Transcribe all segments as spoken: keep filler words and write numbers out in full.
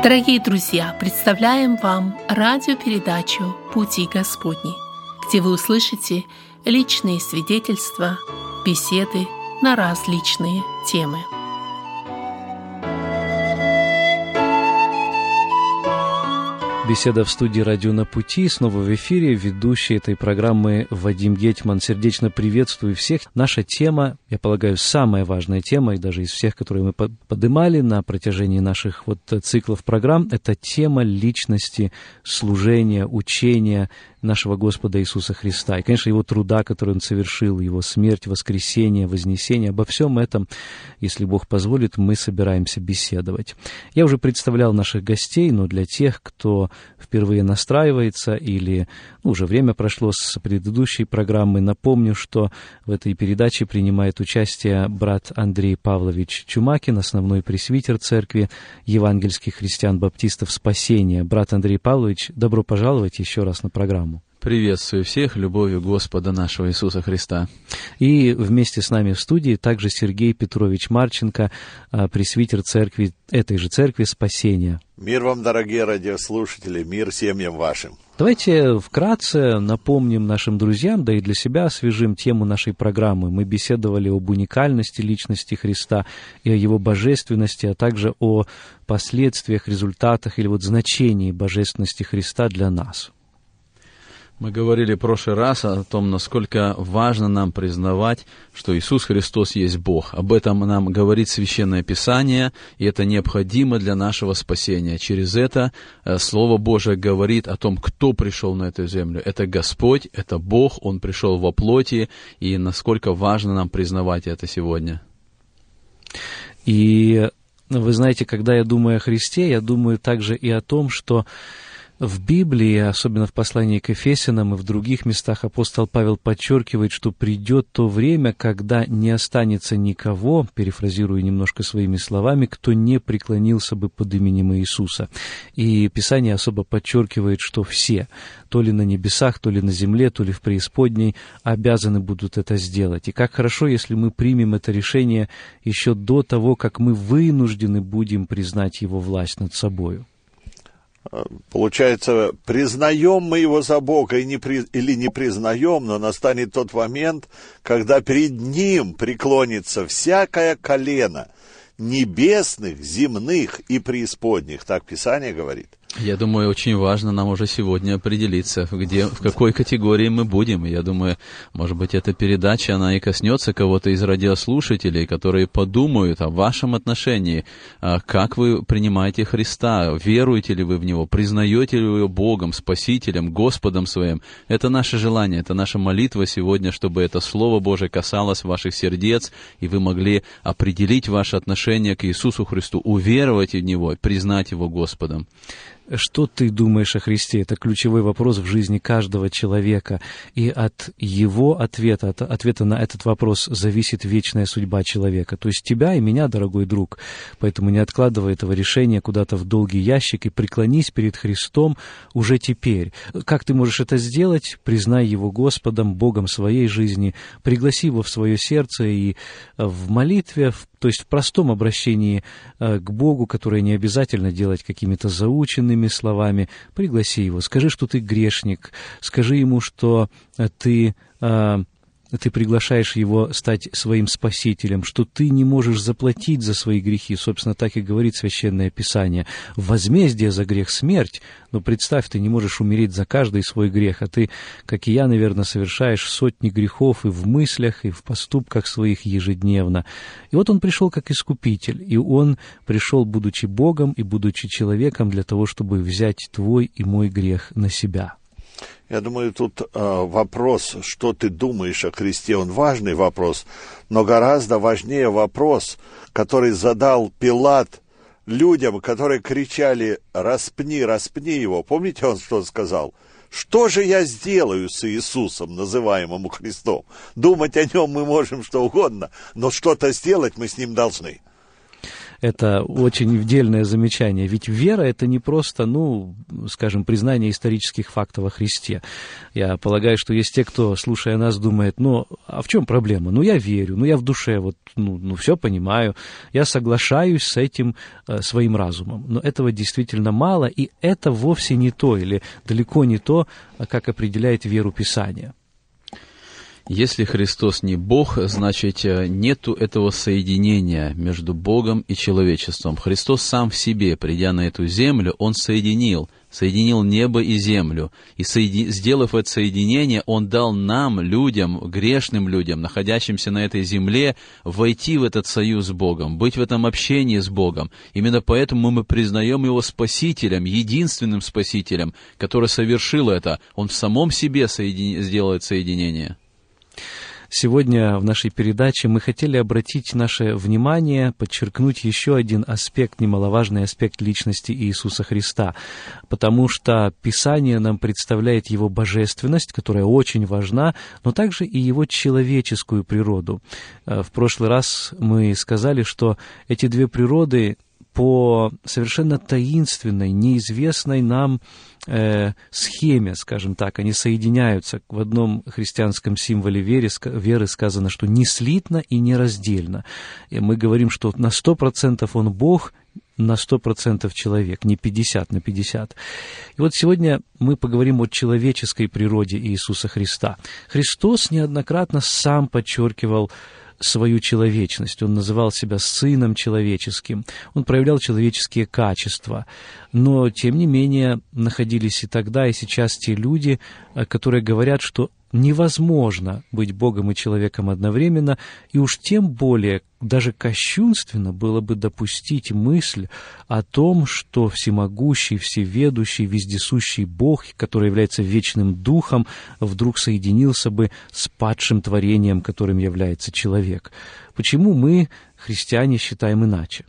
Дорогие друзья, представляем вам радиопередачу «Пути Господни», где вы услышите личные свидетельства, беседы на различные темы. Беседа в студии «Радио на пути». Снова в эфире ведущий этой программы Вадим Гетман. Сердечно приветствую всех. Наша тема, я полагаю, самая важная тема, и даже из всех, которые мы поднимали на протяжении наших вот циклов программ, это тема личности, служения, учения нашего Господа Иисуса Христа. И, конечно, Его труда, который Он совершил, Его смерть, воскресение, вознесение. Обо всем этом, если Бог позволит, мы собираемся беседовать. Я уже представлял наших гостей, но для тех, кто впервые настраивается или ну, уже время прошло с предыдущей программы, напомню, что в этой передаче принимает участие брат Андрей Павлович Чумакин, основной пресвитер Церкви евангельских христиан-баптистов Спасения. Брат Андрей Павлович, добро пожаловать еще раз на программу. Приветствую всех любовью Господа нашего Иисуса Христа. И вместе с нами в студии также Сергей Петрович Марченко, пресвитер церкви, этой же церкви Спасения. Мир вам, дорогие радиослушатели, мир семьям вашим. Давайте вкратце напомним нашим друзьям, да и для себя освежим тему нашей программы. Мы беседовали об уникальности личности Христа и о Его божественности, а также о последствиях, результатах или вот значении божественности Христа для нас. Мы говорили в прошлый раз о том, насколько важно нам признавать, что Иисус Христос есть Бог. Об этом нам говорит Священное Писание, и это необходимо для нашего спасения. Через это Слово Божие говорит о том, кто пришел на эту землю. Это Господь, это Бог, Он пришел во плоти, и насколько важно нам признавать это сегодня. И вы знаете, когда я думаю о Христе, я думаю также и о том, что в Библии, особенно в послании к Ефесянам и в других местах, апостол Павел подчеркивает, что придет то время, когда не останется никого, перефразирую немножко своими словами, кто не преклонился бы под именем Иисуса. И Писание особо подчеркивает, что все, то ли на небесах, то ли на земле, то ли в преисподней, обязаны будут это сделать. И как хорошо, если мы примем это решение еще до того, как мы вынуждены будем признать Его власть над собою. Получается, признаем мы Его за Бога и не при... или не признаем, но настанет тот момент, когда перед Ним преклонится всякое колено небесных, земных и преисподних. Так Писание говорит. Я думаю, очень важно нам уже сегодня определиться, где, в какой категории мы будем. Я думаю, может быть, эта передача, она и коснется кого-то из радиослушателей, которые подумают о вашем отношении, как вы принимаете Христа, веруете ли вы в Него, признаете ли вы Его Богом, Спасителем, Господом Своим. Это наше желание, это наша молитва сегодня, чтобы это Слово Божие касалось ваших сердец, и вы могли определить ваше отношение к Иисусу Христу, уверовать в Него, признать Его Господом. Что ты думаешь о Христе? Это ключевой вопрос в жизни каждого человека. И от его ответа, от ответа на этот вопрос зависит вечная судьба человека. То есть тебя и меня, дорогой друг. Поэтому не откладывай этого решения куда-то в долгий ящик и преклонись перед Христом уже теперь. Как ты можешь это сделать? Признай Его Господом, Богом своей жизни. Пригласи Его в свое сердце и в молитве, то есть в простом обращении к Богу, которое не обязательно делать какими-то заученными словами, пригласи Его, скажи, что ты грешник, скажи Ему, что ты, ты приглашаешь Его стать своим спасителем, что ты не можешь заплатить за свои грехи. Собственно, так и говорит Священное Писание. Возмездие за грех — смерть. Но представь, ты не можешь умереть за каждый свой грех, а ты, как и я, наверное, совершаешь сотни грехов и в мыслях, и в поступках своих ежедневно. И вот Он пришел как Искупитель, и Он пришел, будучи Богом и будучи человеком, для того, чтобы взять твой и мой грех на себя. Я думаю, тут э, вопрос, что ты думаешь о Христе, он важный вопрос, но гораздо важнее вопрос, который задал Пилат людям, которые кричали «распни, распни его». Помните, он что сказал? «Что же я сделаю с Иисусом, называемым Христом?» Думать о нем мы можем что угодно, но что-то сделать мы с ним должны. Это очень дельное замечание. Ведь вера — это не просто, ну, скажем, признание исторических фактов о Христе. Я полагаю, что есть те, кто, слушая нас, думает, ну, а в чем проблема? Ну, я верю, ну, я в душе, вот, ну, ну все понимаю, я соглашаюсь с этим э, своим разумом. Но этого действительно мало, и это вовсе не то, или далеко не то, как определяет веру Писания. Если Христос не Бог, значит, нету этого соединения между Богом и человечеством. Христос сам в себе, придя на эту землю, Он соединил, соединил небо и землю. И соеди... сделав это соединение, Он дал нам, людям, грешным людям, находящимся на этой земле, войти в этот союз с Богом, быть в этом общении с Богом. Именно поэтому мы признаем Его Спасителем, единственным Спасителем, который совершил это. Он в самом себе соедин... сделает соединение. Сегодня в нашей передаче мы хотели обратить наше внимание, подчеркнуть еще один аспект, немаловажный аспект личности Иисуса Христа, потому что Писание нам представляет Его божественность, которая очень важна, но также и Его человеческую природу. В прошлый раз мы сказали, что эти две природы по совершенно таинственной, неизвестной нам э, схеме, скажем так, они соединяются. В одном христианском символе веры, веры сказано, что не слитно и нераздельно. И мы говорим, что на сто процентов Он Бог, на сто процентов человек, не пятьдесят на пятьдесят. И вот сегодня мы поговорим о человеческой природе Иисуса Христа. Христос неоднократно сам подчеркивал свою человечность. Он называл себя сыном человеческим. Он проявлял человеческие качества. Но, тем не менее, находились и тогда, и сейчас те люди, которые говорят, что невозможно быть Богом и человеком одновременно, и уж тем более даже кощунственно было бы допустить мысль о том, что всемогущий, всеведущий, вездесущий Бог, который является вечным духом, вдруг соединился бы с падшим творением, которым является человек. Почему мы, христиане, считаем иначе?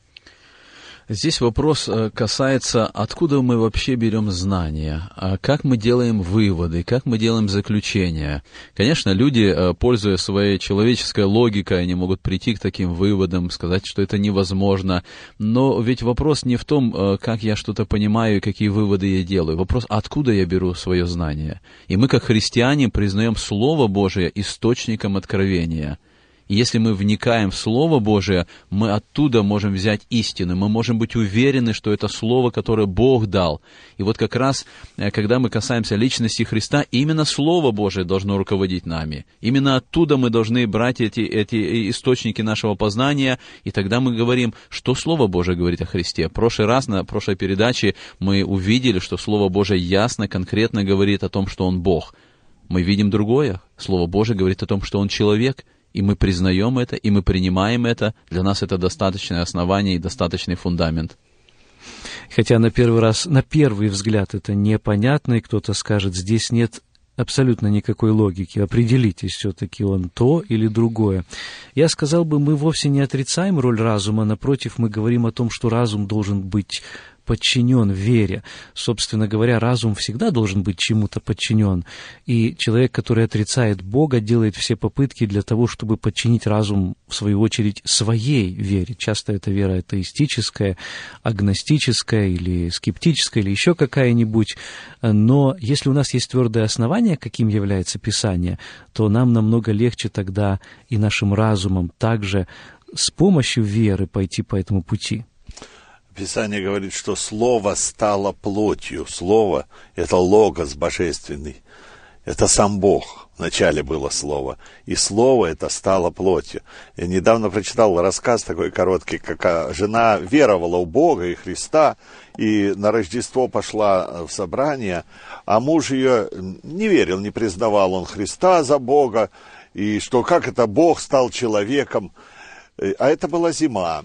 Здесь вопрос касается, откуда мы вообще берем знания, как мы делаем выводы, как мы делаем заключения. Конечно, люди, пользуясь своей человеческой логикой, они могут прийти к таким выводам, сказать, что это невозможно. Но ведь вопрос не в том, как я что-то понимаю и какие выводы я делаю. Вопрос, откуда я беру свое знание. И мы, как христиане, признаем Слово Божие источником откровения. И если мы вникаем в Слово Божие, мы оттуда можем взять истину, мы можем быть уверены, что это Слово, которое Бог дал. И вот как раз, когда мы касаемся личности Христа, именно Слово Божие должно руководить нами. Именно оттуда мы должны брать эти, эти источники нашего познания, и тогда мы говорим, что Слово Божие говорит о Христе. В прошлый раз, на прошлой передаче, мы увидели, что Слово Божие ясно, конкретно говорит о том, что Он Бог. Мы видим другое. Слово Божие говорит о том, что Он человек. И мы признаем это, и мы принимаем это. Для нас это достаточное основание и достаточный фундамент. Хотя на первый раз, на первый взгляд это непонятно, и кто-то скажет, здесь нет абсолютно никакой логики. Определитесь, все-таки он то или другое. Я сказал бы, мы вовсе не отрицаем роль разума, напротив, мы говорим о том, что разум должен быть подчинен вере. Собственно говоря, разум всегда должен быть чему-то подчинен. И человек, который отрицает Бога, делает все попытки для того, чтобы подчинить разум, в свою очередь, своей вере. Часто эта вера атеистическая, агностическая или скептическая, или еще какая-нибудь. Но если у нас есть твердое основание, каким является Писание, то нам намного легче тогда и нашим разумом также с помощью веры пойти по этому пути. Писание говорит, что Слово стало плотью. Слово — это логос божественный. Это сам Бог. Вначале было Слово. И Слово это стало плотью. Я недавно прочитал рассказ такой короткий, как жена веровала в Бога и Христа, и на Рождество пошла в собрание, а муж ее не верил, не признавал он Христа за Бога, и что как это Бог стал человеком. А это была зима.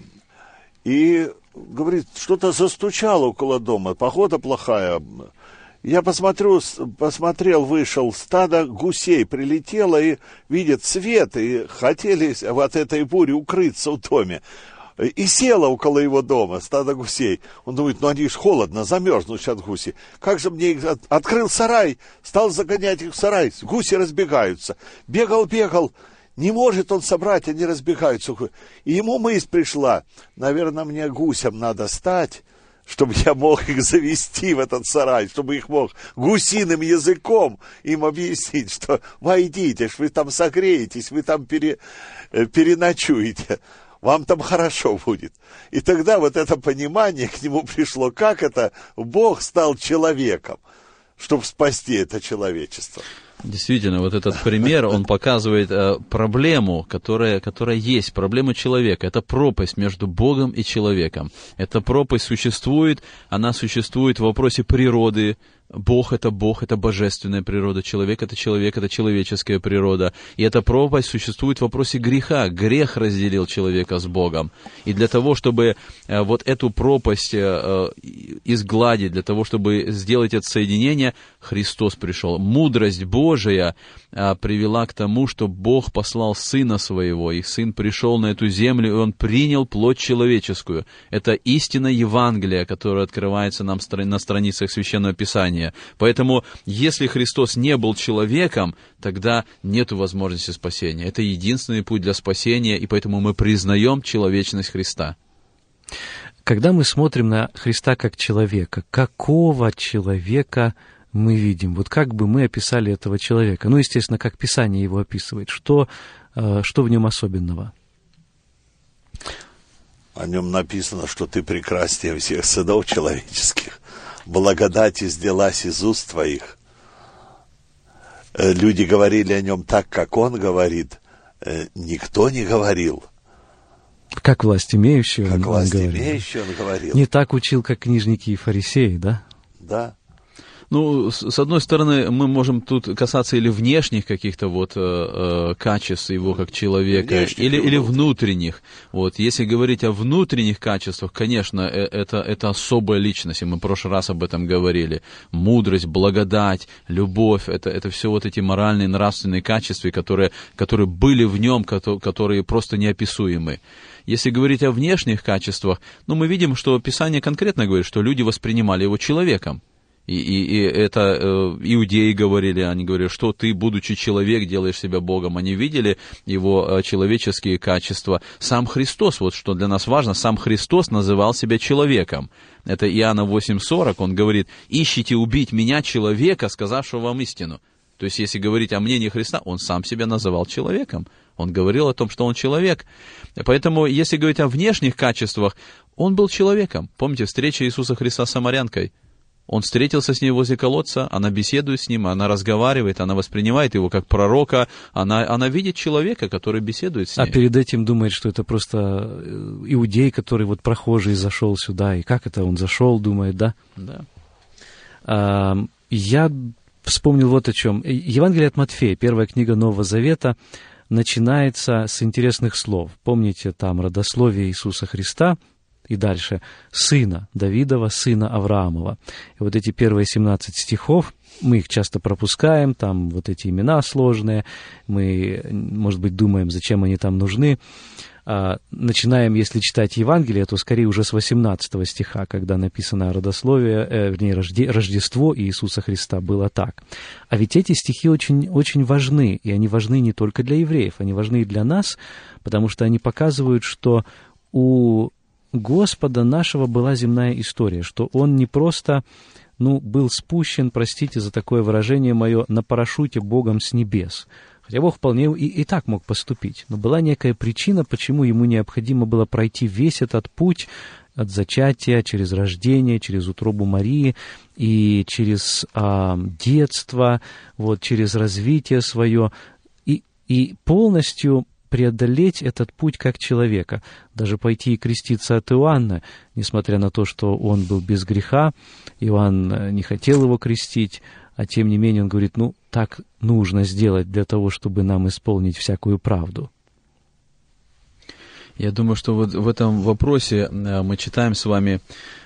И говорит, что-то застучало около дома, погода плохая. Я посмотрю, посмотрел, вышел, стадо гусей прилетело и видит свет, и хотели от этой бури укрыться в доме. И села около его дома стадо гусей. Он думает, ну они ж холодно, замерзнут сейчас гуси. Как же мне их... Открыл сарай, стал загонять их в сарай, гуси разбегаются. Бегал, бегал, Не может он собрать, они разбегаются. И ему мысль пришла, наверное, мне гусям надо стать, чтобы я мог их завести в этот сарай, чтобы их мог гусиным языком им объяснить, что войдите, вы там согреетесь, вы там пере, переночуете, вам там хорошо будет. И тогда вот это понимание к нему пришло, как это Бог стал человеком, чтобы спасти это человечество. Действительно, вот этот пример, он показывает э, проблему, которая, которая есть, проблема человека. Это пропасть между Богом и человеком. Эта пропасть существует, она существует в вопросе природы. Бог — это Бог, это божественная природа, человек — это человек, это человеческая природа. И эта пропасть существует в вопросе греха. Грех разделил человека с Богом. И для того, чтобы э, вот эту пропасть э, изгладить, для того, чтобы сделать это соединение, Христос пришел. Мудрость Божия э, привела к тому, что Бог послал Сына Своего, и Сын пришел на эту землю, и Он принял плоть человеческую. Это истина Евангелия, которая открывается нам на страницах Священного Писания. Поэтому, если Христос не был человеком, тогда нет возможности спасения. Это единственный путь для спасения, и поэтому мы признаем человечность Христа. Когда мы смотрим на Христа как человека, какого человека мы видим? Вот как бы мы описали этого человека? Ну, естественно, как Писание его описывает. Что, что в нем особенного? О нем написано, что ты прекраснее всех сынов человеческих. Благодать излилась из уст твоих. Люди говорили о нем так, как он говорит. Никто не говорил. Как власть имеющий как он, власть он говорил. имеющий он говорил. Не так учил, как книжники и фарисеи, да? Да. Ну, с одной стороны, мы можем тут касаться или внешних каких-то вот э, э, качеств его как человека, Внешних или, и или внутренних. внутренних. Вот, если говорить о внутренних качествах, конечно, э, это, это особая личность, и мы в прошлый раз об этом говорили. Мудрость, благодать, любовь, это, это все вот эти моральные, нравственные качества, которые, которые были в нем, которые просто неописуемы. Если говорить о внешних качествах, ну, мы видим, что Писание конкретно говорит, что люди воспринимали его человеком. И, и, и это э, иудеи говорили, они говорили, что ты, будучи человек, делаешь себя Богом. Они видели его э, человеческие качества. Сам Христос, вот что для нас важно, сам Христос называл себя человеком. Это Иоанна восемь сорок, он говорит, ищите убить меня, человека, сказавшего вам истину. То есть, если говорить о мнении Христа, он сам себя называл человеком. Он говорил о том, что он человек. Поэтому, если говорить о внешних качествах, он был человеком. Помните, встреча Иисуса Христа с самарянкой? Он встретился с ней возле колодца, она беседует с ним, она разговаривает, она воспринимает его как пророка, она, она видит человека, который беседует с ней. А перед этим думает, что это просто иудей, который вот прохожий зашел сюда, и как это он зашел, думает, да? Да. А, я вспомнил вот о чем. Евангелие от Матфея, первая книга Нового Завета, начинается с интересных слов. Помните, там родословие Иисуса Христа, и дальше сына Давидова, сына Авраамова. И вот эти первые семнадцать стихов, мы их часто пропускаем, там вот эти имена сложные, мы, может быть, думаем, зачем они там нужны. А, начинаем, если читать Евангелие, то скорее уже с восемнадцатого стиха, когда написано родословие, э, вернее, рожде, Рождество Иисуса Христа было так. А ведь эти стихи очень, очень важны, и они важны не только для евреев, они важны и для нас, потому что они показывают, что у Господа нашего была земная история, что Он не просто, ну, был спущен, простите за такое выражение мое, на парашюте Богом с небес. Хотя Бог вполне и, и так мог поступить. Но была некая причина, почему Ему необходимо было пройти весь этот путь от зачатия, через рождение, через утробу Марии и через а, детство, вот, через развитие свое, и, и полностью преодолеть этот путь как человека, даже пойти и креститься от Иоанна, несмотря на то, что он был без греха, Иоанн не хотел его крестить, а тем не менее он говорит, ну, так нужно сделать для того, чтобы нам исполнить всякую правду. Я думаю, что вот в этом вопросе мы читаем с вами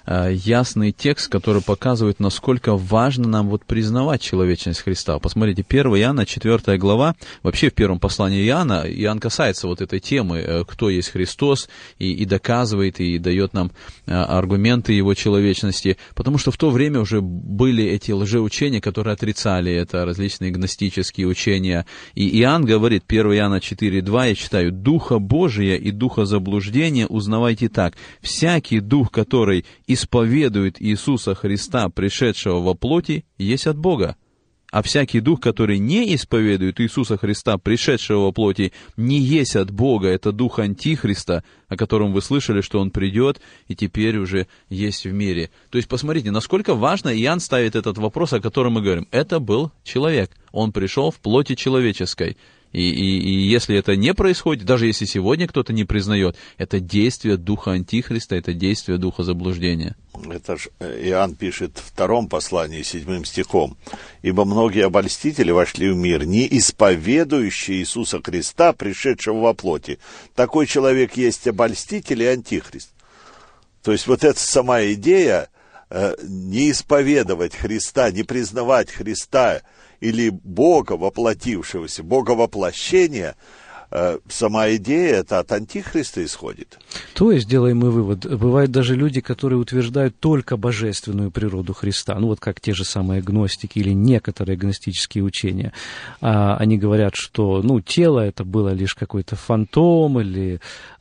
ясный текст, который показывает, насколько важно нам вот признавать человечность Христа. Посмотрите, первое Иоанна, четвёртая глава, вообще в первом послании Иоанна, Иоанн касается вот этой темы, кто есть Христос, и, и доказывает, и дает нам аргументы его человечности, потому что в то время уже были эти лжеучения, которые отрицали это, различные гностические учения. И Иоанн говорит, первое Иоанна четыре два, я читаю, «Духа Божия и духа заблуждения узнавайте так, всякий дух, который исповедует Иисуса Христа, пришедшего во плоти, есть от Бога. А всякий дух, который не исповедует Иисуса Христа, пришедшего во плоти, не есть от Бога. Это дух Антихриста, о котором вы слышали, что он придет и теперь уже есть в мире». То есть, посмотрите, насколько важно Иоанн ставит этот вопрос, о котором мы говорим. Это был человек. Он пришел в плоти человеческой. И, и, и если это не происходит, даже если сегодня кто-то не признает, это действие духа Антихриста, это действие духа заблуждения. Это же Иоанн пишет в втором послании, седьмым стихом. «Ибо многие обольстители вошли в мир, не исповедующие Иисуса Христа, пришедшего во плоти». Такой человек есть обольститель и антихрист. То есть вот эта сама идея э, не исповедовать Христа, не признавать Христа, или Бога воплотившегося, Бога воплощения, э, сама идея это от Антихриста исходит. То есть, делаем мы вывод, бывают даже люди, которые утверждают только божественную природу Христа, ну вот как те же самые гностики или некоторые гностические учения. А, они говорят, что ну, тело это было лишь какой-то фантом или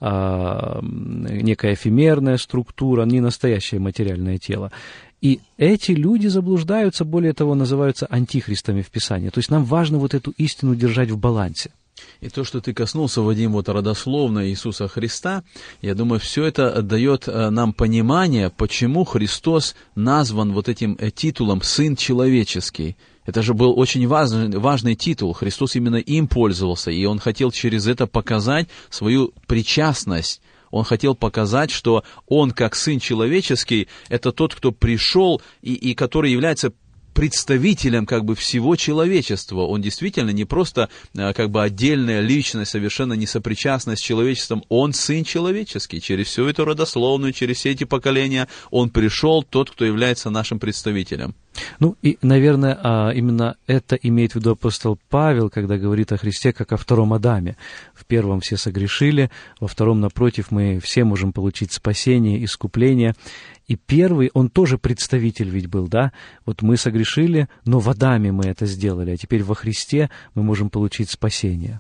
а, некая эфемерная структура, не настоящее материальное тело. И эти люди заблуждаются, более того, называются антихристами в Писании. То есть нам важно вот эту истину держать в балансе. И то, что ты коснулся, Вадим, вот родословно Иисуса Христа, я думаю, все это дает нам понимание, почему Христос назван вот этим титулом «Сын человеческий». Это же был очень важный, важный титул. Христос именно им пользовался, и Он хотел через это показать свою причастность. Он хотел показать, что Он, как Сын Человеческий, это тот, кто пришел и, и который является представителем как бы всего человечества. Он действительно не просто как бы отдельная личность, совершенно не сопричастная с человечеством. Он Сын Человеческий. Через всю эту родословную, через все эти поколения Он пришел, тот, кто является нашим представителем. Ну и, наверное, именно это имеет в виду апостол Павел, когда говорит о Христе как о втором Адаме. В первом все согрешили, во втором, напротив, мы все можем получить спасение, искупление. И первый, он тоже представитель ведь был, да? Вот мы согрешили, но в Адаме мы это сделали, а теперь во Христе мы можем получить спасение.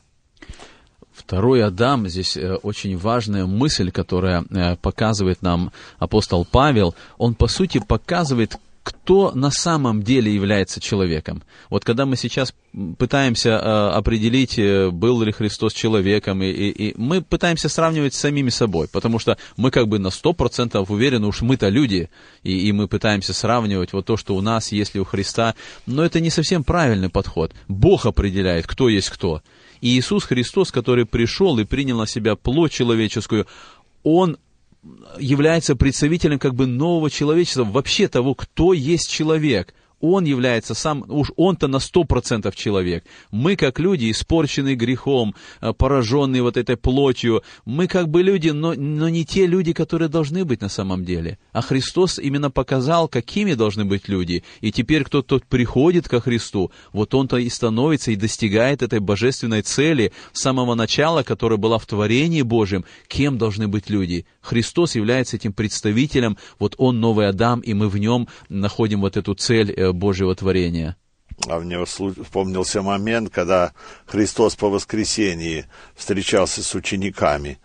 Второй Адам, здесь очень важная мысль, которая показывает нам апостол Павел. Он, по сути, показывает, кто на самом деле является человеком. Вот когда мы сейчас пытаемся э, определить, был ли Христос человеком, и, и, и мы пытаемся сравнивать с самими собой, потому что мы как бы на сто процентов уверены, уж мы-то люди, и, и мы пытаемся сравнивать вот то, что у нас, есть ли у Христа, но это не совсем правильный подход. Бог определяет, кто есть кто. И Иисус Христос, который пришел и принял на себя плоть человеческую, Он является представителем как бы нового человечества, вообще того, кто есть человек. Он является сам, уж он-то на сто процентов человек. Мы, как люди, испорченные грехом, пораженные вот этой плотью, мы как бы люди, но, но не те люди, которые должны быть на самом деле. А Христос именно показал, какими должны быть люди. И теперь кто-то приходит ко Христу, вот он-то и становится, и достигает этой божественной цели с самого начала, которая была в творении Божьем. Кем должны быть люди? Христос является этим представителем, вот он новый Адам, и мы в нем находим вот эту цель Божьего творения. А мне вспомнился момент, когда Христос по воскресенье встречался с учениками.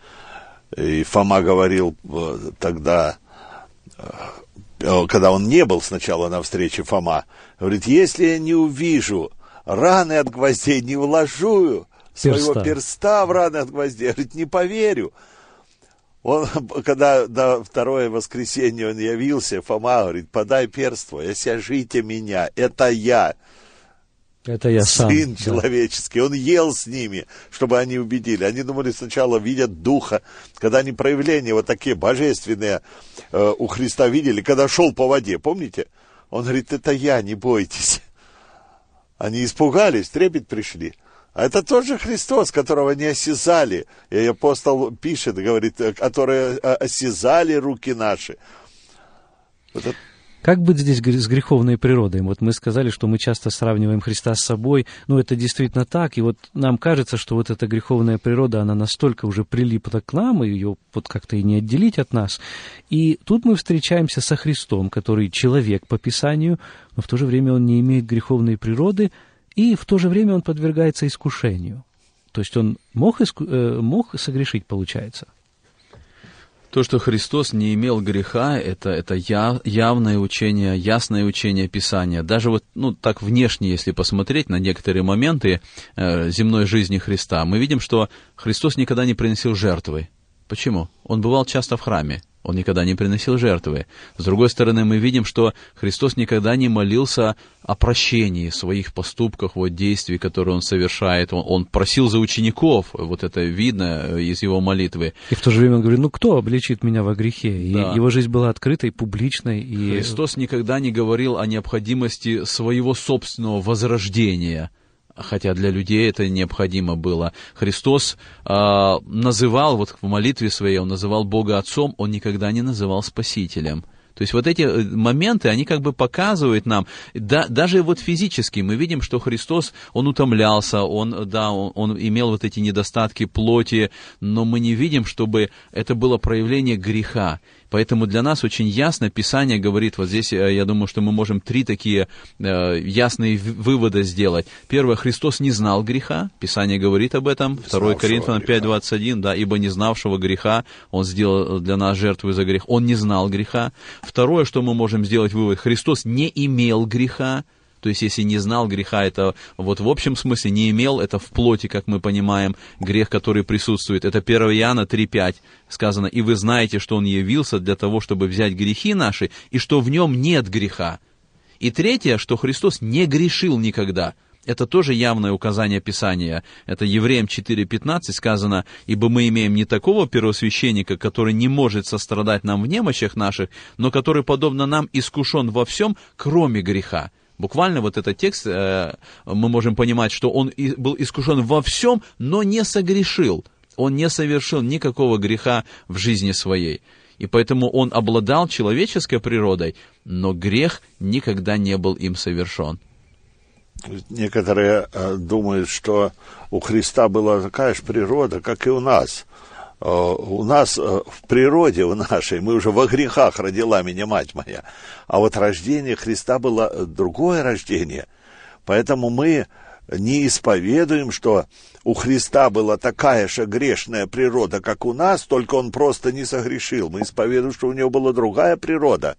И Фома говорил тогда, когда он не был сначала на встрече, Фома, говорит, если я не увижу раны от гвоздей, не вложу своего перста, перста в раны от гвоздей, говорит, не поверю. Он, когда на второе воскресенье он явился, Фома говорит, подай перст твой, осяжите меня, это я, это я Сын сам, человеческий. Да. Он ел с ними, чтобы они убедили. Они думали сначала видят Духа, когда они проявления вот такие божественные э, у Христа видели, когда шел по воде, помните? Он говорит, это я, не бойтесь. Они испугались, трепет пришли. А это тот же Христос, которого не осязали. И апостол пишет, говорит, которые осязали руки наши. Это... Как быть здесь с греховной природой? Вот мы сказали, что мы часто сравниваем Христа с собой, но это действительно так, и вот нам кажется, что вот эта греховная природа, она настолько уже прилипла к нам, и ее вот как-то и не отделить от нас. И тут мы встречаемся со Христом, который человек по Писанию, но в то же время он не имеет греховной природы, и в то же время он подвергается искушению. То есть он мог, иску... мог согрешить, получается? То, что Христос не имел греха, это, это яв, явное учение, ясное учение Писания. Даже вот, ну, так внешне, если посмотреть на некоторые моменты э, земной жизни Христа, мы видим, что Христос никогда не приносил жертвы. Почему? Он бывал часто в храме. Он никогда не приносил жертвы. С другой стороны, мы видим, что Христос никогда не молился о прощении своих поступков, вот, действий, которые Он совершает. Он, он просил за учеников, вот это видно из Его молитвы. И в то же время Он говорит, ну кто обличит меня во грехе? И да. Его жизнь была открытой, публичной. И... Христос никогда не говорил о необходимости своего собственного возрождения. Хотя для людей это необходимо было. Христос э, называл, вот в молитве своей, Он называл Бога Отцом, Он никогда не называл Спасителем. То есть вот эти моменты, они как бы показывают нам, да, даже вот физически мы видим, что Христос, Он утомлялся, Он, да, он, он имел вот эти недостатки плоти, но мы не видим, чтобы это было проявление греха. Поэтому для нас очень ясно Писание говорит, вот здесь, я думаю, что мы можем три такие э, ясные вывода сделать. Первое, Христос не знал греха, Писание говорит об этом, второе Коринфянам пять двадцать один, да, ибо не знавшего греха Он сделал для нас жертву за грех, Он не знал греха. Второе, что мы можем сделать вывод, Христос не имел греха. То есть, если не знал греха, это вот в общем смысле не имел, это в плоти, как мы понимаем, грех, который присутствует. Это первое Иоанна три пять сказано, «И вы знаете, что Он явился для того, чтобы взять грехи наши, и что в Нем нет греха». И третье, что Христос не грешил никогда. Это тоже явное указание Писания. Это Евреям четыре пятнадцать сказано, «Ибо мы имеем не такого первосвященника, который не может сострадать нам в немощах наших, но который, подобно нам, искушен во всем, кроме греха». Буквально вот этот текст, э, мы можем понимать, что он и, был искушен во всем, но не согрешил. Он не совершил никакого греха в жизни своей. И поэтому он обладал человеческой природой, но грех никогда не был им совершен. Некоторые э, думают, что у Христа была такая же природа, как и у нас. У нас в природе, в нашей, мы уже во грехах родила меня мать моя. А вот рождение Христа было другое рождение. Поэтому мы не исповедуем, что у Христа была такая же грешная природа, как у нас, только Он просто не согрешил. Мы исповедуем, что у Него была другая природа.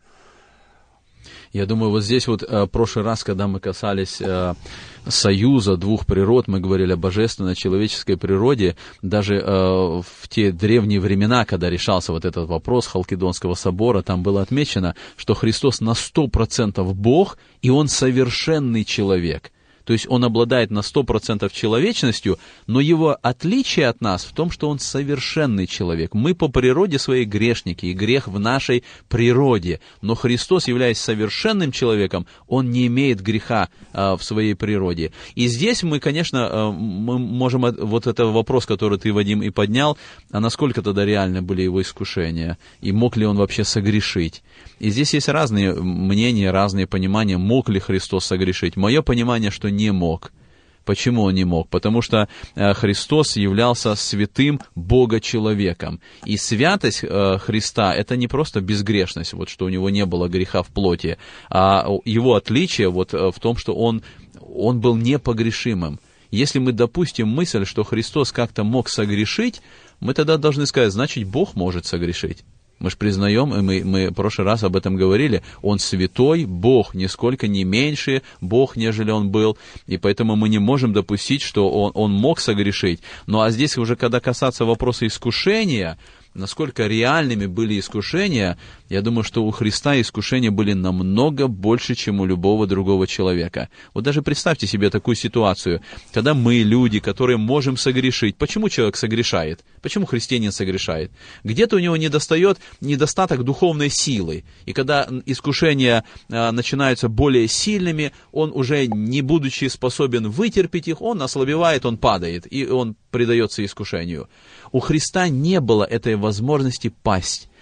Я думаю, вот здесь вот в прошлый раз, когда мы касались э, союза двух природ, мы говорили о божественной, человеческой природе, даже э, в те древние времена, когда решался вот этот вопрос Халкидонского собора, там было отмечено, что Христос на сто процентов Бог, и Он совершенный человек. То есть Он обладает на сто процентов человечностью, но Его отличие от нас в том, что Он совершенный человек. Мы по природе своей грешники, и грех в нашей природе. Но Христос, являясь совершенным человеком, Он не имеет греха а, в своей природе. И здесь мы, конечно, а, мы можем, вот это вопрос, который ты, Вадим, и поднял, а насколько тогда реально были Его искушения, и мог ли Он вообще согрешить? И здесь есть разные мнения, разные понимания, мог ли Христос согрешить. Мое понимание, что не мог. Почему Он не мог? Потому что Христос являлся святым Бога-человеком. И святость Христа — это не просто безгрешность, вот, что у Него не было греха в плоти, а Его отличие вот в том, что Он, он был непогрешимым. Если мы допустим мысль, что Христос как-то мог согрешить, мы тогда должны сказать, значит, Бог может согрешить. Мы же признаем, и мы, мы в прошлый раз об этом говорили, Он святой Бог, нисколько не меньше Бог, нежели Он был, и поэтому мы не можем допустить, что Он, он мог согрешить. Ну а здесь уже, когда касаться вопроса искушения, насколько реальными были искушения, я думаю, что у Христа искушения были намного больше, чем у любого другого человека. Вот даже представьте себе такую ситуацию, когда мы, люди, которые можем согрешить. Почему человек согрешает? Почему христианин согрешает? Где-то у него недостает, недостаток духовной силы. И когда искушения а, начинаются более сильными, он уже, не будучи способен вытерпеть их, он ослабевает, он падает, и он предается искушению. У Христа не было этой возможности пасть.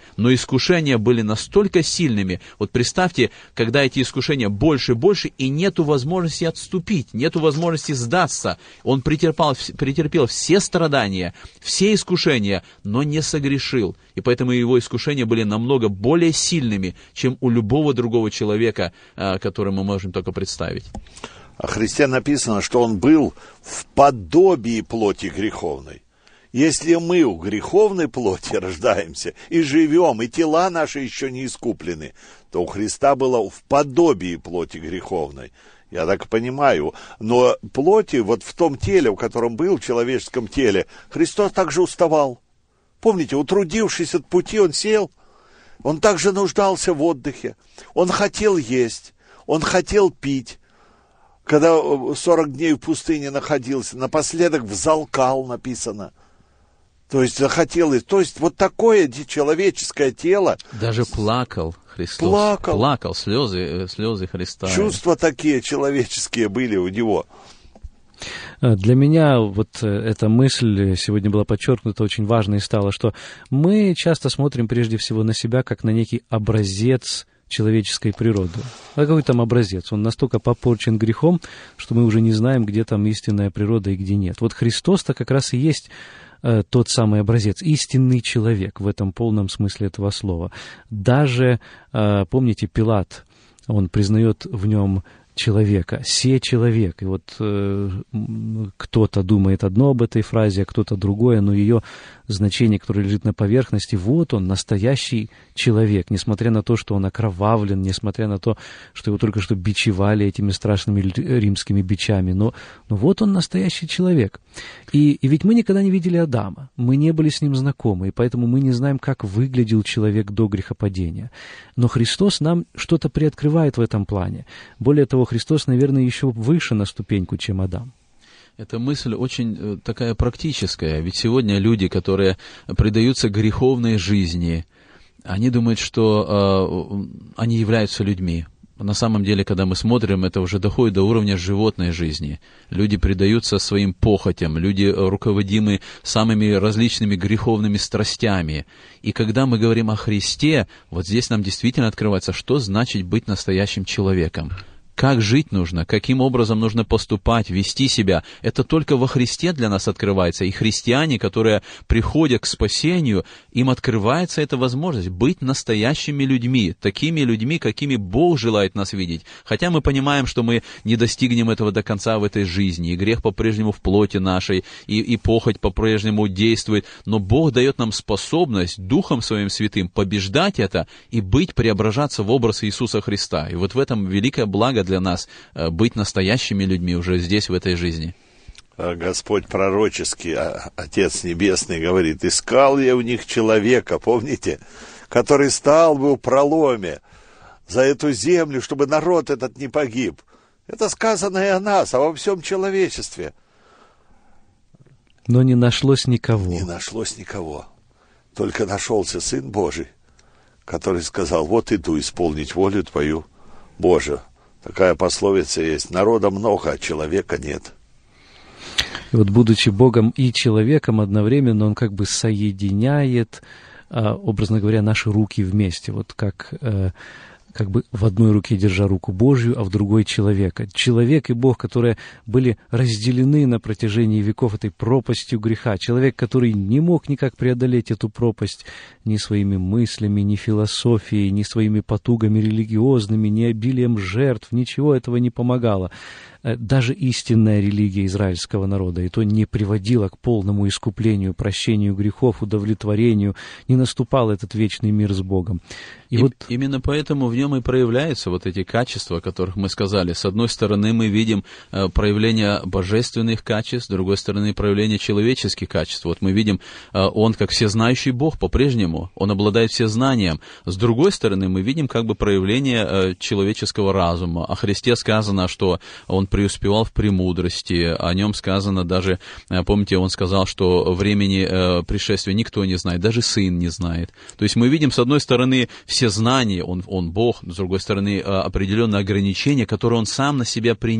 но искушения были настолько сильными. Вот представьте, когда эти искушения больше и больше, и нету возможности отступить, нету возможности сдаться. Он претерпел, претерпел все страдания, все искушения, но не согрешил. И поэтому его искушения были намного более сильными, чем у любого другого человека, который мы можем только представить. О Христе написано, что он был в подобии плоти греховной. Если мы у греховной плоти рождаемся и живем, и тела наши еще не искуплены, то у Христа было в подобии плоти греховной. Я так понимаю. Но плоти, вот в том теле, в котором был, в человеческом теле, Христос также уставал. Помните, утрудившись от пути, он сел, он также нуждался в отдыхе, он хотел есть, он хотел пить. Когда сорок дней в пустыне находился, напоследок взалкал, написано. То есть захотелось, то есть вот такое человеческое тело. Даже плакал Христос. Плакал. Плакал, слезы, слезы Христа. Чувства такие человеческие были у него. Для меня вот эта мысль сегодня была подчеркнута очень важной и стала, что мы часто смотрим прежде всего на себя как на некий образец человеческой природы. А какой там образец? Он настолько попорчен грехом, что мы уже не знаем, где там истинная природа и где нет. Вот Христос-то как раз и есть э, тот самый образец, истинный человек в этом полном смысле этого слова. Даже, э, помните, Пилат, он признает в нем человека, «се человек». И вот э, кто-то думает одно об этой фразе, а кто-то другое, но ее значение, которое лежит на поверхности, вот он, настоящий человек, несмотря на то, что он окровавлен, несмотря на то, что его только что бичевали этими страшными римскими бичами, но, но вот он настоящий человек. И, и ведь мы никогда не видели Адама, мы не были с ним знакомы, и поэтому мы не знаем, как выглядел человек до грехопадения. Но Христос нам что-то приоткрывает в этом плане. Более того, Христос, наверное, еще выше на ступеньку, чем Адам. Эта мысль очень такая практическая, ведь сегодня люди, которые предаются греховной жизни, они думают, что э, они являются людьми. На самом деле, когда мы смотрим, это уже доходит до уровня животной жизни. Люди предаются своим похотям, люди руководимы самыми различными греховными страстями. И когда мы говорим о Христе, вот здесь нам действительно открывается, что значит быть настоящим человеком. Как жить нужно, каким образом нужно поступать, вести себя. Это только во Христе для нас открывается. И христиане, которые приходят к спасению, им открывается эта возможность быть настоящими людьми, такими людьми, какими Бог желает нас видеть. Хотя мы понимаем, что мы не достигнем этого до конца в этой жизни, и грех по-прежнему в плоти нашей, и, и похоть по-прежнему действует. Но Бог дает нам способность Духом Своим Святым побеждать это и быть, преображаться в образ Иисуса Христа. И вот в этом великое благо для нас быть настоящими людьми уже здесь, в этой жизни. Господь пророческий, Отец Небесный говорит: искал я у них человека, помните, который стал бы в проломе за эту землю, чтобы народ этот не погиб. Это сказано и о нас, а во всем человечестве. Но не нашлось никого. Не нашлось никого. Только нашелся Сын Божий, который сказал: вот иду исполнить волю Твою, Божию. Такая пословица есть: народа много, а человека нет. И вот, будучи Богом и человеком одновременно, Он как бы соединяет, образно говоря, наши руки вместе. Вот как, как бы в одной руке держа руку Божью, а в другой человека. Человек и Бог, которые были разделены на протяжении веков этой пропастью греха. Человек, который не мог никак преодолеть эту пропасть ни своими мыслями, ни философией, ни своими потугами религиозными, ни обилием жертв. Ничего этого не помогало. Даже истинная религия израильского народа, и то не приводила к полному искуплению, прощению грехов, удовлетворению, не наступал этот вечный мир с Богом. И, и вот... Именно поэтому в нем и проявляются вот эти качества, о которых мы сказали. С одной стороны, мы видим э, проявление божественных качеств, с другой стороны, проявление человеческих качеств. Вот мы видим, э, Он как всезнающий Бог по-прежнему, Он обладает всезнанием. С другой стороны, мы видим как бы проявление э, человеческого разума. О Христе сказано, что Он преуспевал в премудрости, о Нем сказано даже, э, помните, Он сказал, что времени э, пришествия никто не знает, даже Сын не знает. То есть мы видим, с одной стороны, все знания, он, он Бог, с другой стороны, определенные ограничения, которые Он сам на себя принял.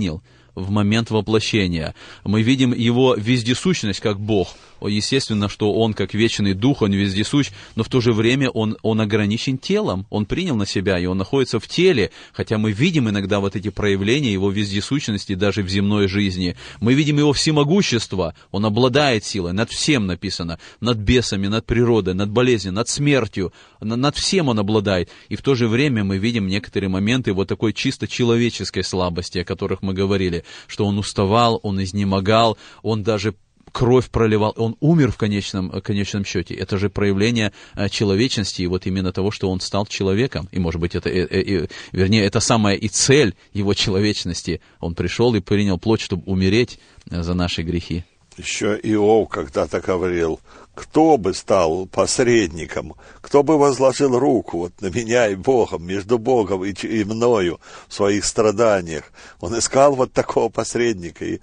в момент воплощения. Мы видим Его вездесущность как Бог. Естественно, что Он как вечный Дух, Он вездесущ, но в то же время Он, он ограничен телом. Он принял на себя, и Он находится в теле, хотя мы видим иногда вот эти проявления Его вездесущности даже в земной жизни. Мы видим Его всемогущество. Он обладает силой, над всем написано, над бесами, над природой, над болезнью, над смертью, над всем Он обладает. И в то же время мы видим некоторые моменты вот такой чисто человеческой слабости, о которых мы говорили, что Он уставал, Он изнемогал, Он даже кровь проливал, Он умер в конечном, конечном счете. Это же проявление человечности, и вот именно того, что Он стал человеком. И, может быть, это, э, э, вернее, это самая и цель Его человечности. Он пришел и принял плоть, чтобы умереть за наши грехи. Еще Иов когда-то говорил, кто бы стал посредником, кто бы возложил руку вот на меня и Богом, между Богом и, и мною в своих страданиях. Он искал вот такого посредника, и,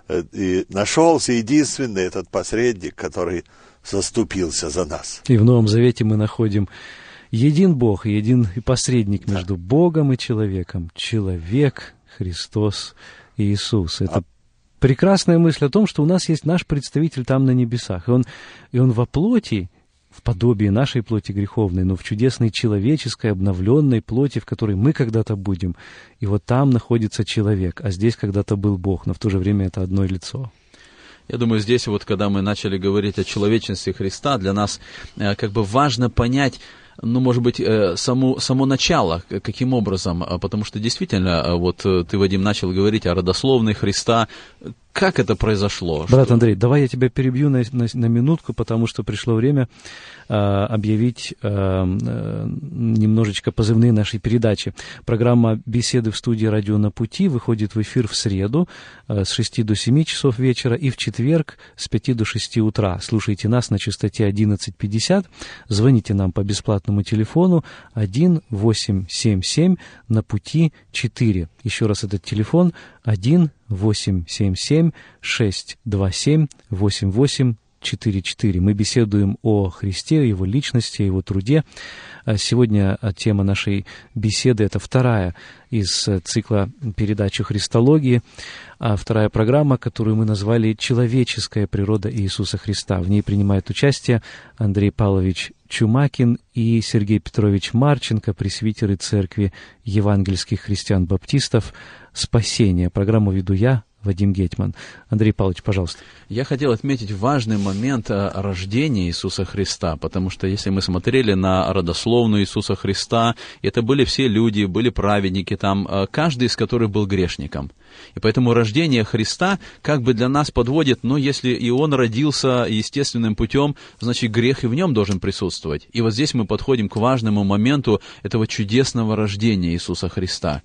и нашелся единственный этот посредник, который заступился за нас. И в Новом Завете мы находим един Бог, един и посредник между да. Богом и человеком. Человек, Христос и Иисус. Это а прекрасная мысль о том, что у нас есть наш представитель там на небесах. И он, и он во плоти, в подобии нашей плоти греховной, но в чудесной человеческой, обновленной плоти, в которой мы когда-то будем. И вот там находится человек, а здесь когда-то был Бог, но в то же время это одно лицо. Я думаю, здесь вот, когда мы начали говорить о человечности Христа, для нас э, как бы важно понять, ну, может быть, само, само начало, каким образом, потому что действительно, вот ты, Вадим, начал говорить о родословной Христа. Как это произошло? Брат что... Андрей, давай я тебя перебью на, на, на минутку, потому что пришло время э, объявить э, э, немножечко позывные нашей передачи. Программа «Беседы в студии «Радио на пути» выходит в эфир в среду э, с шести до семи часов вечера и в четверг с пяти до шести утра. Слушайте нас на частоте одиннадцать пятьдесят, звоните нам по бесплатному телефону один восемь семь семь на пути четыре. Еще раз этот телефон один восемь семь семь шесть два семь восемь восемь четыре четыре. Мы беседуем о Христе, о Его личности, о Его труде. Сегодня тема нашей беседы — это вторая из цикла передач о Христологии, вторая программа, которую мы назвали «Человеческая природа Иисуса Христа». В ней принимают участие Андрей Павлович Чумакин и Сергей Петрович Марченко, пресвитеры Церкви Евангельских христиан-баптистов «Спасение». Программу веду я, Вадим Гетман. Андрей Павлович, пожалуйста. Я хотел отметить важный момент рождения Иисуса Христа, потому что если мы смотрели на родословную Иисуса Христа, это были все люди, были праведники там, каждый из которых был грешником. И поэтому рождение Христа как бы для нас подводит, но если и Он родился естественным путем, значит грех и в Нем должен присутствовать. И вот здесь мы подходим к важному моменту этого чудесного рождения Иисуса Христа.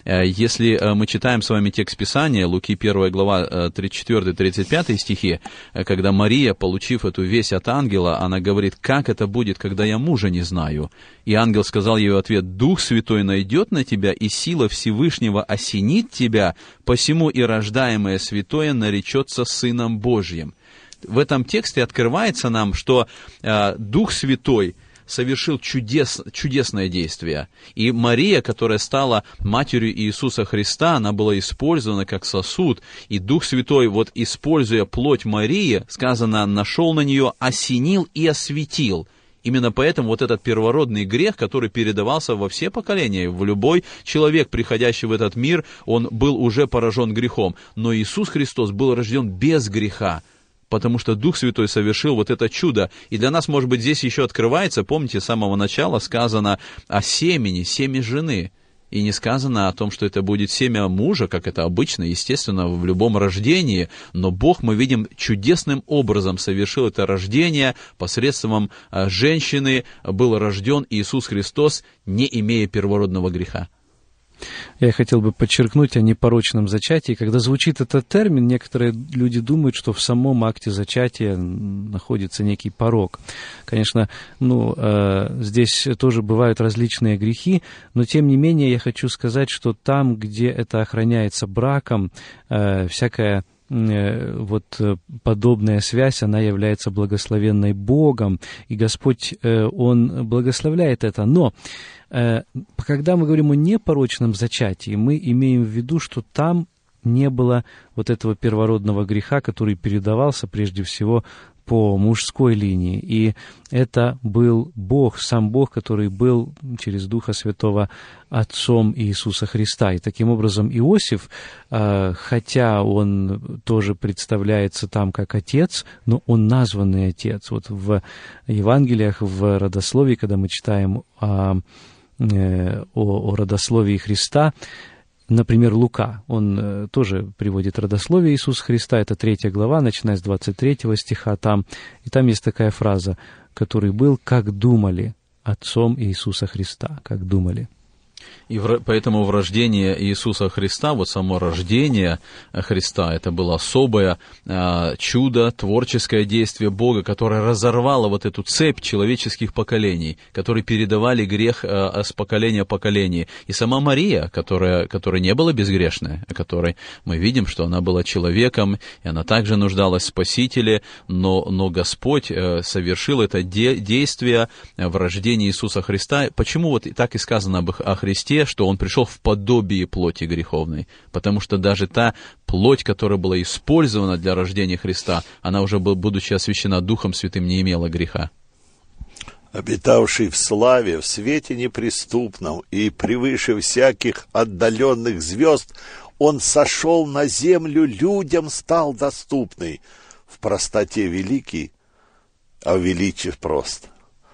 Если мы читаем с вами текст Писания, Луки первая глава тридцать четвёртый тридцать пятый стихи, когда Мария, получив эту весть от ангела, она говорит: «Как это будет, когда я мужа не знаю?» И ангел сказал ей в ответ: «Дух Святой найдет на тебя, и сила Всевышнего осенит тебя, посему и рождаемое святое наречется Сыном Божьим». В этом тексте открывается нам, что э, Дух Святой совершил чудес, чудесное действие. И Мария, которая стала матерью Иисуса Христа, она была использована как сосуд. И Дух Святой, вот используя плоть Марии, сказано, нашел на нее, осенил и осветил. Именно поэтому вот этот первородный грех, который передавался во все поколения, в любой человек, приходящий в этот мир, он был уже поражен грехом. Но Иисус Христос был рожден без греха, потому что Дух Святой совершил вот это чудо. И для нас, может быть, здесь еще открывается, помните, с самого начала сказано о семени, семя жены. И не сказано о том, что это будет семя мужа, как это обычно, естественно, в любом рождении. Но Бог, мы видим, чудесным образом совершил это рождение. Посредством женщины был рожден Иисус Христос, не имея первородного греха. Я хотел бы подчеркнуть о непорочном зачатии. Когда звучит этот термин, некоторые люди думают, что в самом акте зачатия находится некий порок. Конечно, ну, э, здесь тоже бывают различные грехи, но тем не менее я хочу сказать, что там, где это охраняется браком, э, всякая вот подобная связь, она является благословенной Богом, и Господь, Он благословляет это. Но когда мы говорим о непорочном зачатии, мы имеем в виду, что там не было вот этого первородного греха, который передавался прежде всего по мужской линии. И это был Бог, сам Бог, который был через Духа Святого Отцом Иисуса Христа. И таким образом Иосиф, хотя он тоже представляется там как отец, но он названный отец. Вот в Евангелиях, в родословии, когда мы читаем о, о, о родословии Христа, например, Лука, он тоже приводит родословие Иисуса Христа, это третья глава, начиная с двадцать третьего стиха там, и там есть такая фраза, который был, как думали, отцом Иисуса Христа, как думали. И в, поэтому в рождении Иисуса Христа, вот само рождение Христа, это было особое э, чудо, творческое действие Бога, которое разорвало вот эту цепь человеческих поколений, которые передавали грех э, с поколения в поколение. И сама Мария, которая, которая не была безгрешной, о которой мы видим, что она была человеком, и она также нуждалась в Спасителе, но, но Господь э, совершил это де, действие в рождении Иисуса Христа. Почему вот так и сказано об, о Христе, что Он пришел в подобие плоти греховной, потому что даже та плоть, которая была использована для рождения Христа, она уже, будучи освящена Духом Святым, не имела греха. Обитавший в славе, в свете неприступном и превыше всяких отдаленных звезд, Он сошел на землю, людям стал доступный, в простоте великий, а в величии прост.